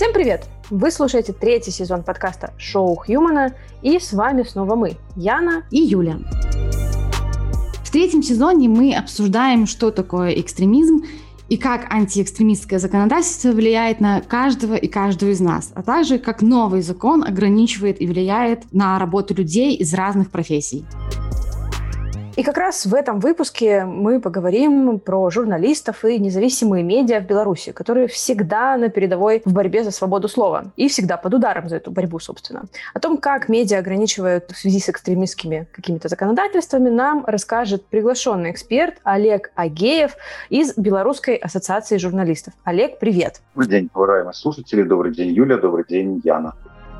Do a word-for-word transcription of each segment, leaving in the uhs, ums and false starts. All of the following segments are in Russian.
Всем привет! Вы слушаете третий сезон подкаста «Шоу Хьюмана», и с вами снова мы, Яна и Юля. В третьем сезоне мы обсуждаем, что такое экстремизм и как антиэкстремистское законодательство влияет на каждого и каждую из нас, а также как новый закон ограничивает и влияет на работу людей из разных профессий. И как раз в этом выпуске мы поговорим про журналистов и независимые медиа в Беларуси, которые всегда на передовой в борьбе за свободу слова и всегда под ударом за эту борьбу, собственно. О том, как медиа ограничивают в связи с экстремистскими какими-то законодательствами, нам расскажет приглашенный эксперт Олег Агеев из Белорусской ассоциации журналистов. Олег, привет! Добрый день, уважаемые слушатели, добрый день, Юля, добрый день, Яна.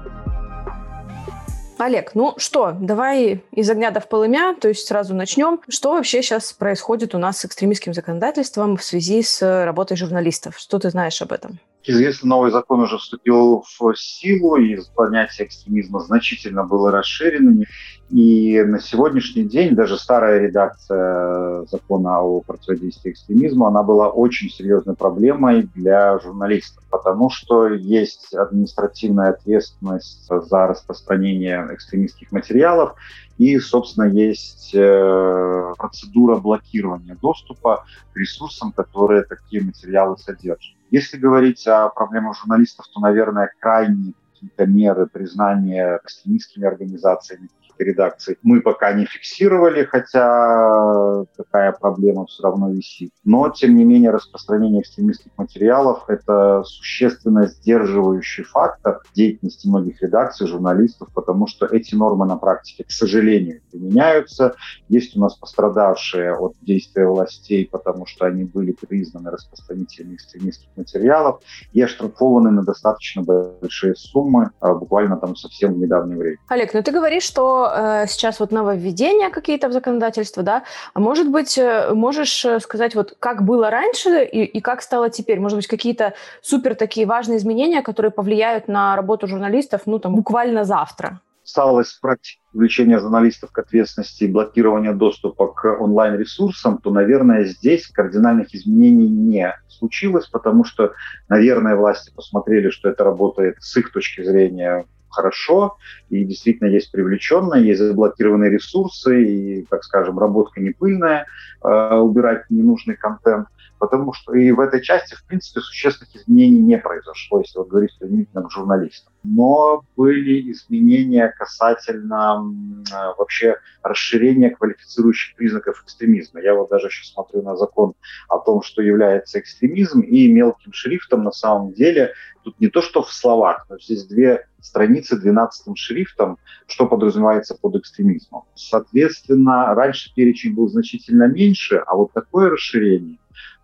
Олег, ну что, давай из огня до в полымя, то есть сразу начнем. Что вообще сейчас происходит у нас с экстремистским законодательством в связи с работой журналистов? Что ты знаешь об этом? Известно, новый закон уже вступил в силу, и понятие экстремизма значительно было расширено. И на сегодняшний день даже старая редакция закона о противодействии экстремизму, она была очень серьезной проблемой для журналистов, потому что есть административная ответственность за распространение экстремистских материалов, и, собственно, есть процедура блокирования доступа к ресурсам, которые такие материалы содержат. Если говорить о проблемах журналистов, то, наверное, крайние какие-то меры признания экстремистскими организациями редакций мы пока не фиксировали, хотя такая проблема все равно висит. Но, тем не менее, распространение экстремистских материалов – это существенно сдерживающий фактор деятельности многих редакций, журналистов, потому что эти нормы на практике, к сожалению, применяются. Есть у нас пострадавшие от действия властей, потому что они были признаны распространителями экстремистских материалов и оштрафованы на достаточно большие суммы, буквально там совсем в недавнее время. Олег, ну ты говоришь, что сейчас вот нововведения какие-то в законодательство, да? А может быть, можешь сказать, вот как было раньше и, и как стало теперь? Может быть, какие-то супер такие важные изменения, которые повлияют на работу журналистов, ну, там, буквально завтра? Касалось практики привлечения журналистов к ответственности и блокирования доступа к онлайн-ресурсам, то, наверное, здесь кардинальных изменений не случилось, потому что, наверное, власти посмотрели, что это работает с их точки зрения хорошо, и действительно есть привлеченные, есть заблокированные ресурсы, и, так скажем, работка не пыльная, э, убирать ненужный контент, потому что и в этой части, в принципе, существенных изменений не произошло, если вот говорить применительно к журналистам. Но были изменения касательно э, вообще расширения квалифицирующих признаков экстремизма. Я вот даже сейчас смотрю на закон о том, что является экстремизм, и мелким шрифтом на самом деле тут не то, что в словах, но здесь две страницы двенадцатым шрифтом, что подразумевается под экстремизмом. Соответственно, раньше перечень был значительно меньше, а вот такое расширение,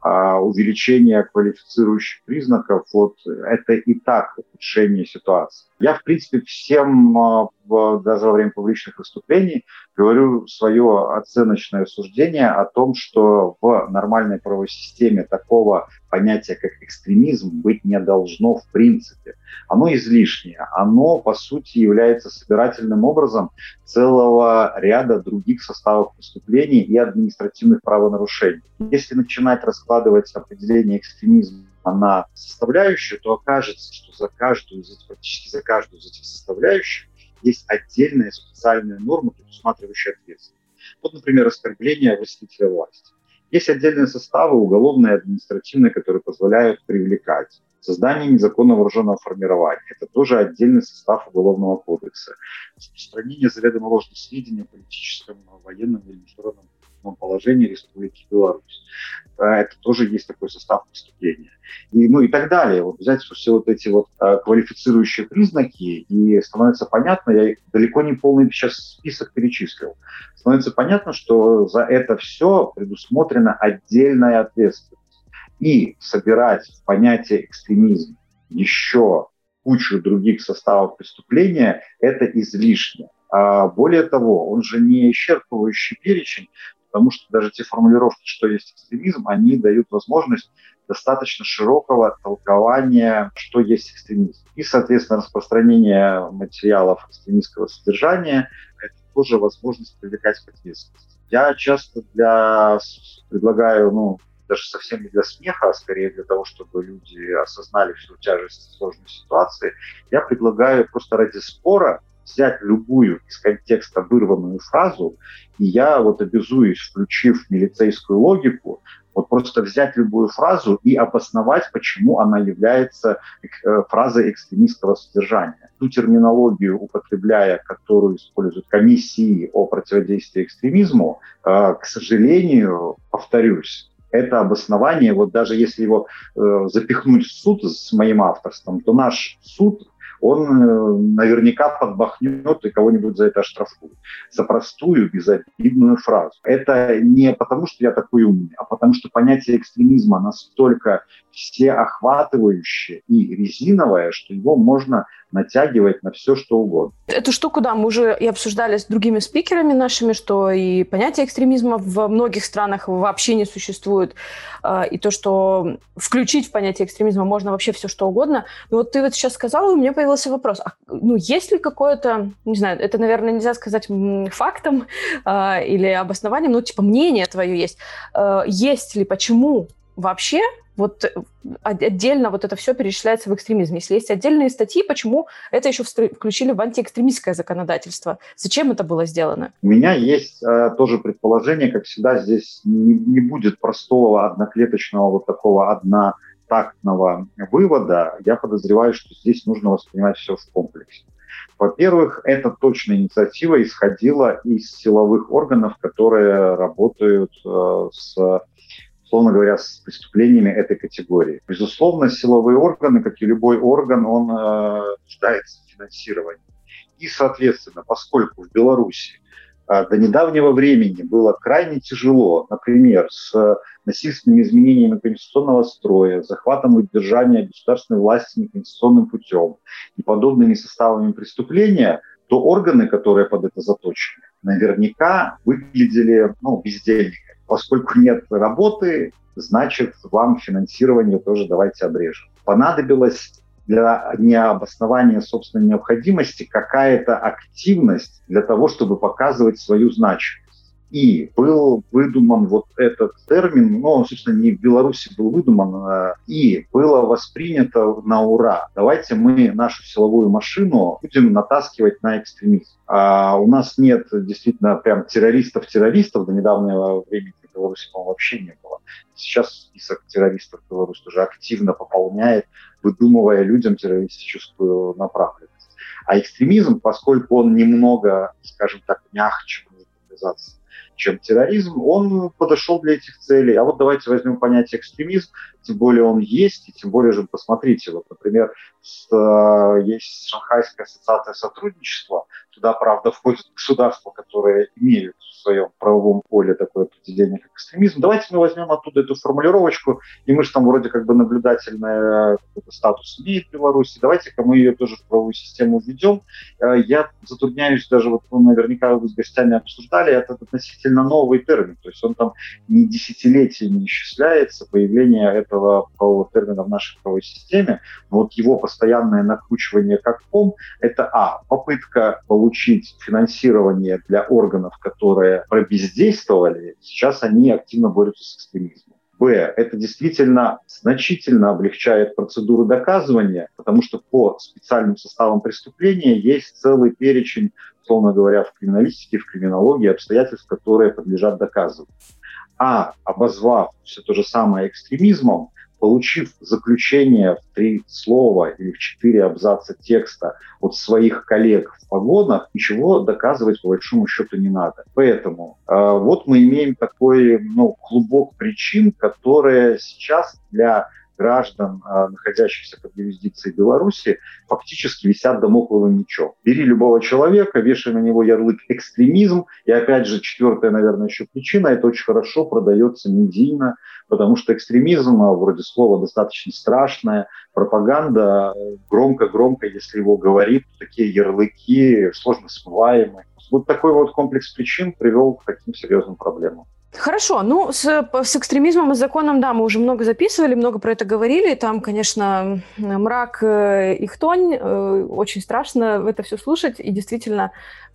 увеличение квалифицирующих признаков, вот это и так ухудшение ситуации. Я, в принципе, всем, даже во время публичных выступлений, говорю свое оценочное суждение о том, что в нормальной правовой системе такого понятия, как экстремизм, быть не должно в принципе. Оно излишнее. Оно, по сути, является собирательным образом целого ряда других составов преступлений и административных правонарушений. Если начинать раскладывать определение экстремизма на составляющую, то окажется, что за каждую из этих, практически за каждую из этих составляющих есть отдельная специальная норма, предусматривающая ответственность. Вот, например, оскорбление властителя власти. Есть отдельные составы, уголовные и административные, которые позволяют привлекать. Создание незаконного вооруженного формирования. Это тоже отдельный состав Уголовного кодекса. Распространение заведомо ложных сведений о политическом, военном или международном положении Республики Беларусь. Это тоже есть такой состав преступления. И, ну и так далее. Вот взять все вот эти вот э, квалифицирующие признаки, и становится понятно, я их далеко не полный сейчас список перечислил, становится понятно, что за это все предусмотрена отдельная ответственность. И собирать в понятие экстремизм еще кучу других составов преступления – это излишне. А более того, он же не исчерпывающий перечень, потому что даже те формулировки, что есть экстремизм, они дают возможность достаточно широкого толкования, что есть экстремизм. И, соответственно, распространение материалов экстремистского содержания – это тоже возможность привлекать к ответственности. Я часто для... предлагаю, ну, даже совсем не для смеха, а скорее для того, чтобы люди осознали всю тяжесть сложной ситуации, я предлагаю просто ради спора взять любую из контекста вырванную фразу, и я вот обязуюсь, включив милицейскую логику, вот просто взять любую фразу и обосновать, почему она является фразой экстремистского содержания. Ту терминологию, употребляя, которую используют комиссии о противодействии экстремизму, к сожалению, повторюсь, это обоснование, вот даже если его запихнуть в суд с моим авторством, то наш суд, он наверняка подбахнет и кого-нибудь за это оштрафует. За простую, безобидную фразу. Это не потому, что я такой умный, а потому что понятие экстремизма настолько всеохватывающее и резиновое, что его можно натягивать на все, что угодно. Эту штуку, да, мы уже и обсуждали с другими спикерами нашими, что и понятие экстремизма в многих странах вообще не существует, и то, что включить в понятие экстремизма можно вообще все, что угодно. Но вот ты вот сейчас сказала, и у меня появился вопрос. А, ну, есть ли какое-то, не знаю, это, наверное, нельзя сказать фактом э, или обоснованием, но типа мнение твое есть. Э, есть ли, почему вообще вот отдельно вот это все перечисляется в экстремизм? Если есть отдельные статьи, почему это еще включили в антиэкстремистское законодательство? Зачем это было сделано? У меня есть э, тоже предположение, как всегда, здесь не, не будет простого одноклеточного вот такого однотактного вывода. Я подозреваю, что здесь нужно воспринимать все в комплексе. Во-первых, эта точная инициатива исходила из силовых органов, которые работают э, с условно говоря, с преступлениями этой категории. Безусловно, силовые органы, как и любой орган, он э, нуждается в финансировании. И, соответственно, поскольку в Беларуси э, до недавнего времени было крайне тяжело, например, с насильственными изменениями конституционного строя, захватом и удержанием государственной власти неконституционным путем и подобными составами преступления, то органы, которые под это заточены, наверняка выглядели ну, бездельниками. Поскольку нет работы, значит, вам финансирование тоже давайте обрежем. Понадобилось для необоснования собственной необходимости какая-то активность для того, чтобы показывать свою значимость. И был выдуман вот этот термин, ну, он, собственно, не в Беларуси был выдуман, и было воспринято на ура. Давайте мы нашу силовую машину будем натаскивать на экстремизм. А у нас нет действительно прям террористов-террористов, до недавнего времени в Беларуси, по-моему, вообще не было. Сейчас список террористов в Беларуси уже активно пополняет, выдумывая людям террористическую направленность. А экстремизм, поскольку он немного, скажем так, мягче организации, чем терроризм, он подошел для этих целей. А вот давайте возьмем понятие экстремизм, тем более он есть, и тем более же посмотрите, вот, например, с, э, есть Шанхайская ассоциация сотрудничества, туда, правда, входят государства, которые имеют в своем правовом поле такое определение, как экстремизм. Давайте мы возьмем оттуда эту формулировочку, и мы же там вроде как бы наблюдательный какой-то статус имеет в Беларуси, давайте-ка мы ее тоже в правовую систему введем. Я затрудняюсь даже, вот ну, наверняка вы с гостями обсуждали, это относительно новый термин, то есть он там не десятилетиями исчисляется, появление этого правового термина в нашей правовой системе, но вот его постоянное накручивание как ком, это а, попытка получить финансирование для органов, которые пробездействовали, сейчас они активно борются с экстремизмом. Б. Это действительно значительно облегчает процедуру доказывания, потому что по специальным составам преступления есть целый перечень, условно говоря, в криминалистике, в криминологии обстоятельств, которые подлежат доказыванию. А обозвав все то же самое экстремизмом, получив заключение в три слова или в четыре абзаца текста от своих коллег в погонах, ничего доказывать по большому счету не надо. Поэтому э, вот мы имеем такой ну, клубок причин, которые сейчас для граждан, находящихся под юрисдикцией Беларуси, фактически висят дамокловым мечом. Бери любого человека, вешай на него ярлык экстремизм, и опять же, четвертая, наверное, еще причина, это очень хорошо продается медийно, потому что экстремизм, вроде слова достаточно страшное, пропаганда громко-громко, если его говорит, такие ярлыки сложно смываемые. Вот такой вот комплекс причин привел к таким серьезным проблемам. Хорошо, ну с, с экстремизмом и законом, да, мы уже много записывали, много про это говорили, там, конечно, мрак и хтонь, очень страшно это все слушать, и действительно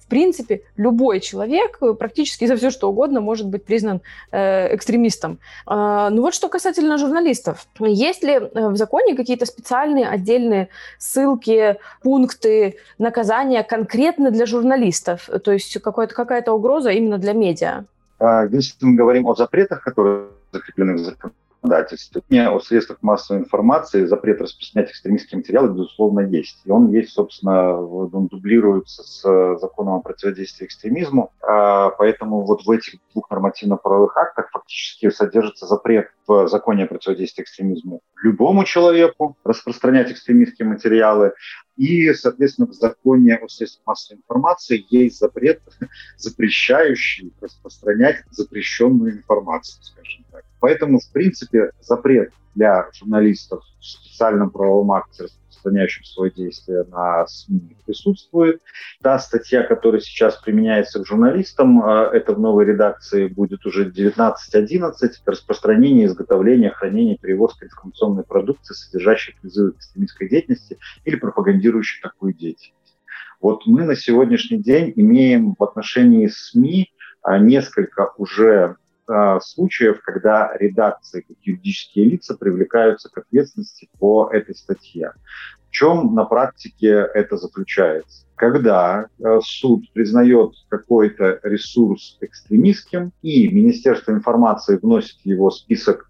в принципе, любой человек практически за все, что угодно может быть признан э, экстремистом. Э, ну вот что касательно журналистов. Есть ли в законе какие-то специальные отдельные ссылки, пункты наказания конкретно для журналистов? То есть какая-то, какая-то угроза именно для медиа? Если мы говорим о запретах, которые закреплены в законодательстве, не о средствах массовой информации, запрет распространять экстремистские материалы, безусловно, есть. И он есть, собственно, он дублируется с законом о противодействии экстремизму. Поэтому вот в этих двух нормативно-правовых актах фактически содержится запрет в законе о противодействии экстремизму любому человеку распространять экстремистские материалы. И, соответственно, в законе о средствах массовой информации есть запрет, запрещающий распространять запрещенную информацию, скажем так. Поэтому, в принципе, запрет для журналистов в специальном правовом акте, распространяющем свои действия на СМИ, присутствует. Та статья, которая сейчас применяется к журналистам, это в новой редакции будет уже девятнадцать одиннадцать, распространение, изготовление, хранение, перевозка информационной продукции, содержащей призывы к экстремистской деятельности или пропагандирующей такую деятельность. Вот мы на сегодняшний день имеем в отношении СМИ несколько уже случаев, когда редакции, как юридические лица, привлекаются к ответственности по этой статье. В чем на практике это заключается? Когда суд признает какой-то ресурс экстремистским, и Министерство информации вносит в его список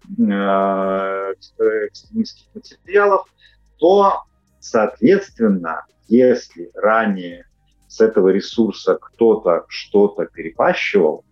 экстремистских материалов, то, соответственно, если ранее с этого ресурса кто-то что-то перепащивал,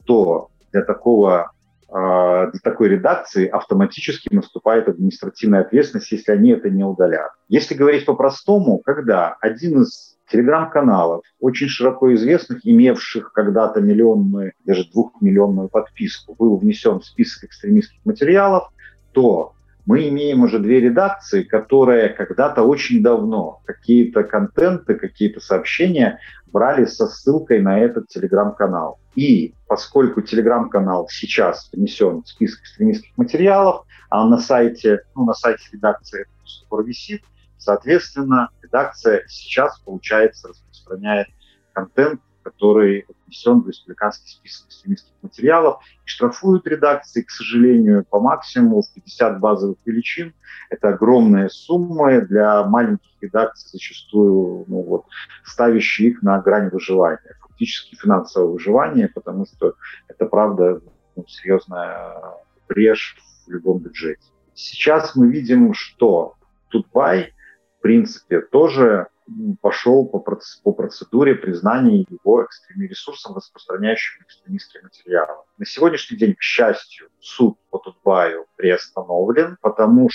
то для такого, для такой редакции автоматически наступает административная ответственность, если они это не удалят. Если говорить по-простому, когда один из телеграм-каналов, очень широко известных, имевших когда-то миллионную, даже двухмиллионную подписку, был внесен в список экстремистских материалов, то мы имеем уже две редакции, которые когда-то очень давно какие-то контенты, какие-то сообщения брали со ссылкой на этот телеграм-канал. И поскольку телеграм-канал сейчас внесен в список экстремистских материалов, а на сайте, ну, на сайте редакции это до сих пор висит, соответственно, редакция сейчас, получается, распространяет контент, который внесен в республиканский список экстремистских материалов, и штрафуют редакции, к сожалению, по максимуму в пятьдесят базовых величин. Это огромные суммы для маленьких редакций, зачастую ну, вот, ставящие их на грань выживания, фактически финансового выживания, потому что это, правда, ну, серьезная брешь в любом бюджете. Сейчас мы видим, что Тутбай, в принципе, тоже пошел по, по процедуре признания его экстремистским ресурсом, распространяющим экстремистские материалы. На сегодняшний день, к счастью, суд по Тутбаю приостановлен, потому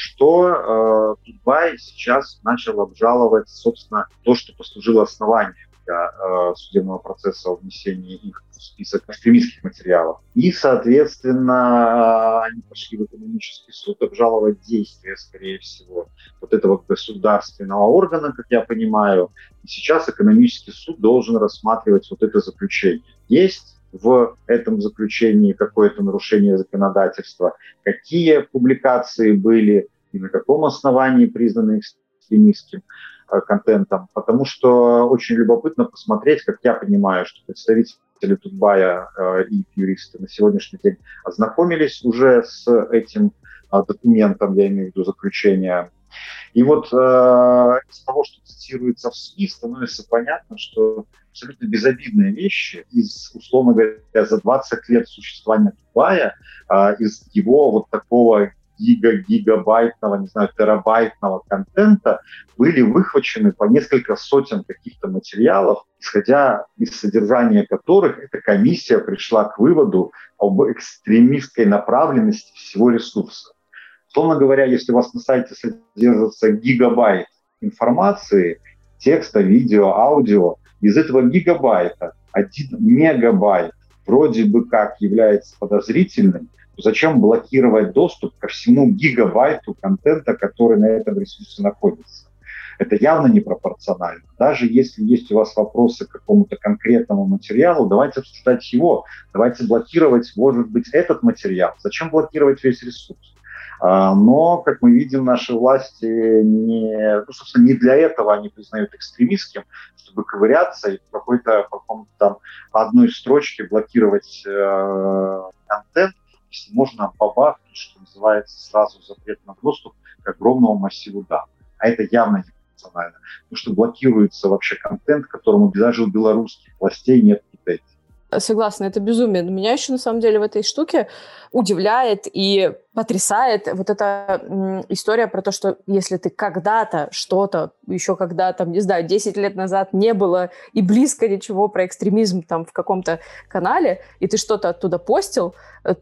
что э, Тутбай сейчас начал обжаловать, собственно, то, что послужило основанием для э, судебного процесса о внесении их в список экстремистских материалов. И, соответственно, они пошли в экономический суд обжаловать действия, скорее всего, вот этого государственного органа, как я понимаю. И сейчас экономический суд должен рассматривать вот это заключение. Есть в этом заключении какое-то нарушение законодательства, какие публикации были и на каком основании признаны экстремистским контентом, потому что очень любопытно посмотреть, как я понимаю, что представители Тутбая э, и юристы на сегодняшний день ознакомились уже с этим э, документом, я имею в виду заключение. И вот э, из того, что цитируется в СМИ, становится понятно, что абсолютно безобидные вещи из, условно говоря, за двадцать лет существования Тутбая, э, из его вот такого гига-гигабайтного, не знаю, терабайтного контента были выхвачены по несколько сотен каких-то материалов, исходя из содержания которых эта комиссия пришла к выводу об экстремистской направленности всего ресурса. Условно говоря, если у вас на сайте содержится гигабайт информации, текста, видео, аудио, из этого гигабайта один мегабайт вроде бы как является подозрительным, то зачем блокировать доступ ко всему гигабайту контента, который на этом ресурсе находится? Это явно непропорционально. Даже если есть у вас вопросы к какому-то конкретному материалу, давайте обсуждать его, давайте блокировать, может быть, этот материал. Зачем блокировать весь ресурс? Но, как мы видим, наши власти не, ну, собственно, не для этого они признают экстремистским, чтобы ковыряться и в какой-то, по какому-то там по одной строчке блокировать э, контент, если можно побахнуть, что называется, сразу запрет на доступ к огромному массиву данных. А это явно непрофессионально, потому что блокируется вообще контент, которому даже у белорусских властей нет претензий. Согласна, это безумие. Но меня еще на самом деле в этой штуке удивляет и потрясает вот эта м, история про то, что если ты когда-то что-то, еще когда, там, не знаю, десять лет назад не было и близко ничего про экстремизм там в каком-то канале, и ты что-то оттуда постил,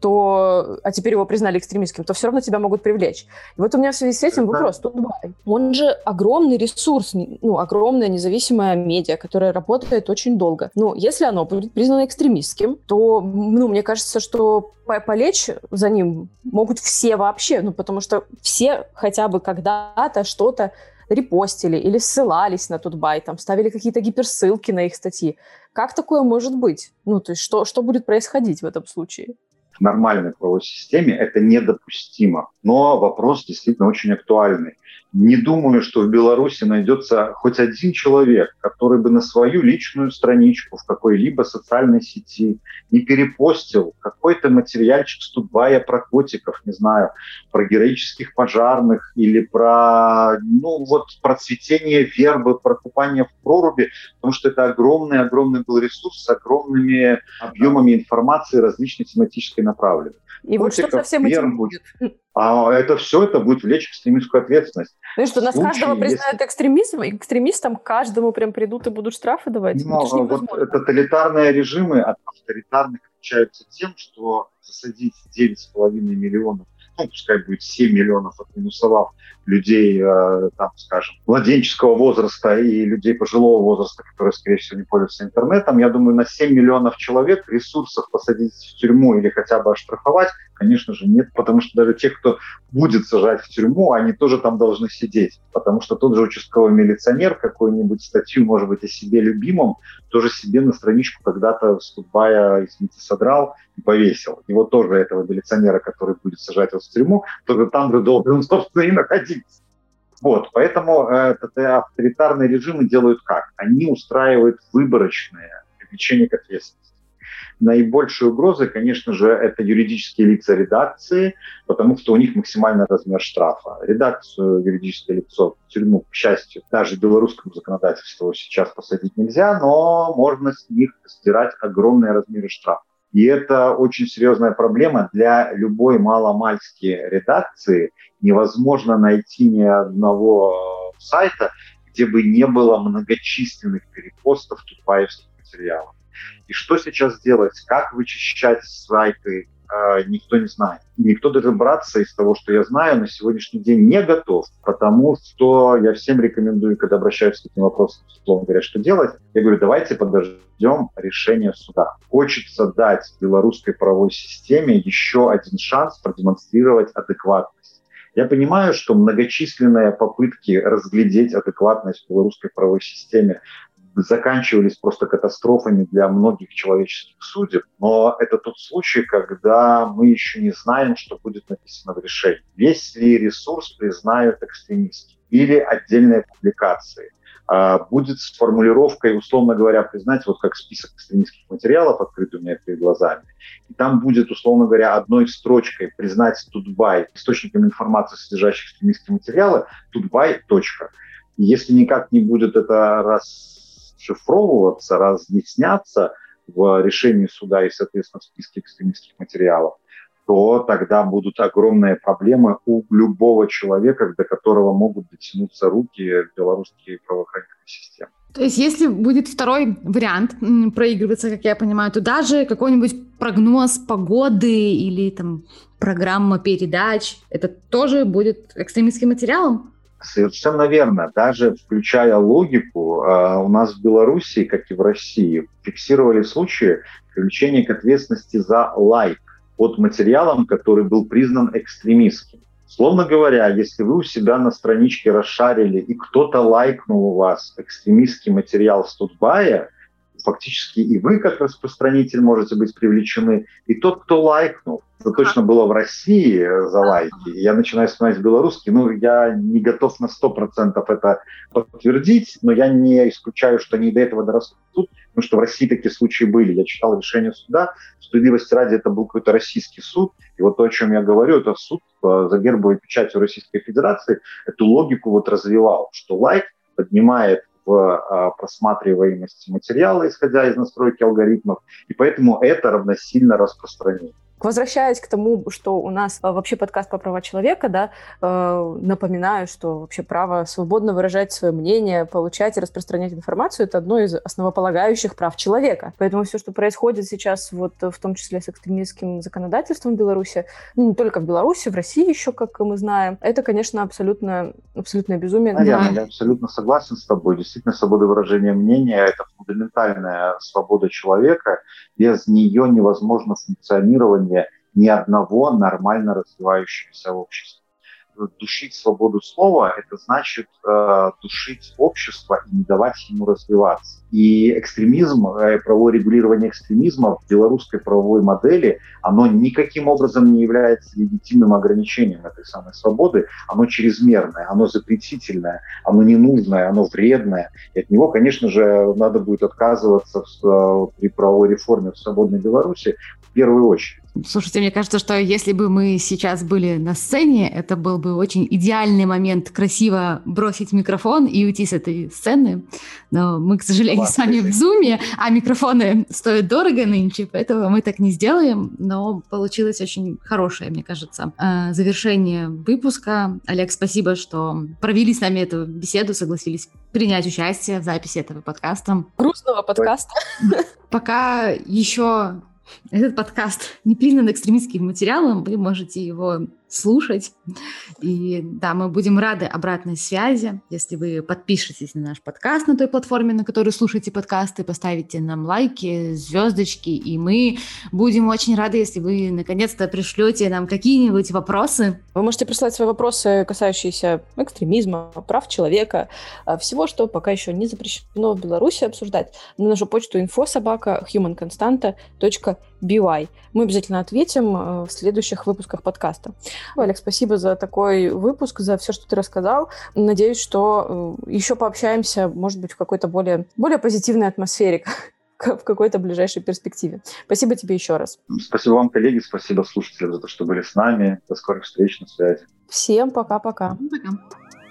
то, а теперь его признали экстремистским, то все равно тебя могут привлечь. И вот у меня в связи с этим вопрос. Тутбай, он же огромный ресурс, ну, огромная независимая медиа, которая работает очень долго. Ну, если оно будет признано экстремистским, то, ну, мне кажется, что полечь за ним могут все вообще, ну, потому что все хотя бы когда-то что-то репостили или ссылались на Тутбай, там, ставили какие-то гиперссылки на их статьи. Как такое может быть? Ну, то есть что, что будет происходить в этом случае? В нормальной правовой системе это недопустимо. Но вопрос действительно очень актуальный. Не думаю, что в Беларуси найдется хоть один человек, который бы на свою личную страничку в какой-либо социальной сети не перепостил какой-то материальчик с Тутбая про котиков, не знаю, про героических пожарных или про, ну, вот, про цветение вербы, про купание в проруби, потому что это огромный-огромный был ресурс с огромными объемами информации различной тематической направленности. И вот что со всем этим будет? А это все, это будет влечь экстремистскую ответственность. Ну что, нас случае, каждого признают если... экстремизмом, экстремистам каждому прям придут и будут штрафы давать? Но, это вот тоталитарные режимы от авторитарных отличаются тем, что засадить девять с половиной миллионов, ну, пускай будет семь миллионов, отминусовав людей, э, там, скажем, младенческого возраста и людей пожилого возраста, которые, скорее всего, не пользуются интернетом, я думаю, на семь миллионов человек ресурсов посадить в тюрьму или хотя бы оштрафовать, конечно же, нет, потому что даже те, кто будет сажать в тюрьму, они тоже там должны сидеть, потому что тот же участковый милиционер какую-нибудь статью, может быть, о себе любимом, тоже себе на страничку когда-то с Тутбая, извините, содрал и повесил. Его тоже, этого милиционера, который будет сажать его в тюрьму, тоже там же должен, собственно, и находиться. Вот, поэтому э, авторитарные режимы делают как? Они устраивают выборочное привлечение к ответственности. Наибольшие угрозы, конечно же, это юридические лица редакции, потому что у них максимальный размер штрафа. Редакцию, юридическое лицо в тюрьму, к счастью, даже белорусскому законодательству сейчас посадить нельзя, но можно с них сдирать огромные размеры штрафа. И это очень серьезная проблема для любой маломальской редакции. Невозможно найти ни одного сайта, где бы не было многочисленных перепостов тутбаевских материалов. И что сейчас делать, как вычищать сайты, э, никто не знает. Никто даже браться из того, что я знаю, на сегодняшний день не готов, потому что я всем рекомендую, когда обращаюсь к этим вопросам, условно говоря, что делать, я говорю, давайте подождем решения суда. Хочется дать белорусской правовой системе еще один шанс продемонстрировать адекватность. Я понимаю, что многочисленные попытки разглядеть адекватность в белорусской правовой системе заканчивались просто катастрофами для многих человеческих судеб, но это тот случай, когда мы еще не знаем, что будет написано в решении. Весь ли ресурс признают экстремистским или отдельные публикации. Будет с формулировкой, условно говоря, признать, вот как список экстремистских материалов открыт у меня перед глазами. И там будет, условно говоря, одной строчкой признать Тутбай источником информации, содержащих экстремистские материалы, Тутбай, точка. И если никак не будет это расшифровываться, разъясняться в решении суда и, соответственно, в списке экстремистских материалов, то тогда будут огромные проблемы у любого человека, до которого могут дотянуться руки белорусские правоохранительные системы. То есть если будет второй вариант проигрываться, как я понимаю, то даже какой-нибудь прогноз погоды или там программа передач, это тоже будет экстремистским материалом? Совершенно верно. Даже включая логику, у нас в Беларуси, как и в России, фиксировали случаи привлечения к ответственности за лайк под материалом, который был признан экстремистским. Словно говоря, если вы у себя на страничке расшарили, и кто-то лайкнул у вас экстремистский материал с Тутбая, фактически и вы, как распространитель, можете быть привлечены, и тот, кто лайкнул. Это точно было в России за лайки. Я начинаю вспоминать белорусский. Ну, я не готов на сто процентов это подтвердить, но я не исключаю, что они до этого дорастут, потому что в России такие случаи были. Я читал решение суда. Справедливости ради, это был какой-то российский суд. И вот то, о чем я говорю, это суд за гербовой печатью Российской Федерации эту логику вот развивал, что лайк поднимает в а, просматриваемости материала, исходя из настройки алгоритмов, и поэтому это равносильно распространению. Возвращаясь к тому, что у нас вообще подкаст по правам человека, да, э, напоминаю, что вообще право свободно выражать свое мнение, получать и распространять информацию – это одно из основополагающих прав человека. Поэтому все, что происходит сейчас, вот, в том числе с экстремистским законодательством в Беларуси, ну, не только в Беларуси, в России еще, как мы знаем, это, конечно, абсолютно, абсолютное безумие. Наверное, да. Я абсолютно согласен с тобой. Действительно, свобода выражения мнения – это фундаментальная свобода человека. Без нее невозможно функционирование ни одного нормально развивающегося общества. Душить свободу слова – это значит э, душить общество и не давать ему развиваться. И экстремизм, э, правовое регулирование экстремизма в белорусской правовой модели, оно никаким образом не является легитимным ограничением этой самой свободы. Оно чрезмерное, оно запретительное, оно ненужное, оно вредное. И от него, конечно же, надо будет отказываться в, э, при правовой реформе в свободной Беларуси в первую очередь. Слушайте, мне кажется, что если бы мы сейчас были на сцене, это был бы очень идеальный момент красиво бросить микрофон и уйти с этой сцены. Но мы, к сожалению, с вами в зуме, а микрофоны стоят дорого нынче, поэтому мы так не сделаем. Но получилось очень хорошее, мне кажется, завершение выпуска. Олег, спасибо, что провели с нами эту беседу, согласились принять участие в записи этого подкаста. Грустного подкаста. Пока еще... Этот подкаст не признан экстремистским материалом, вы можете его слушать. И да, мы будем рады обратной связи, если вы подпишетесь на наш подкаст на той платформе, на которой слушаете подкасты, поставите нам лайки, звездочки, и мы будем очень рады, если вы наконец-то пришлете нам какие-нибудь вопросы. Вы можете присылать свои вопросы, касающиеся экстремизма, прав человека, всего, что пока еще не запрещено в Беларуси обсуждать, на нашу почту инфо собака human constanta точка би уай. Мы обязательно ответим в следующих выпусках подкаста. Олег, спасибо за такой выпуск, за все, что ты рассказал. Надеюсь, что еще пообщаемся, может быть, в какой-то более, более позитивной атмосфере, в какой-то ближайшей перспективе. Спасибо тебе еще раз. Спасибо вам, коллеги, спасибо слушателям за то, что были с нами. До скорых встреч, на связи. Всем пока-пока. Пока.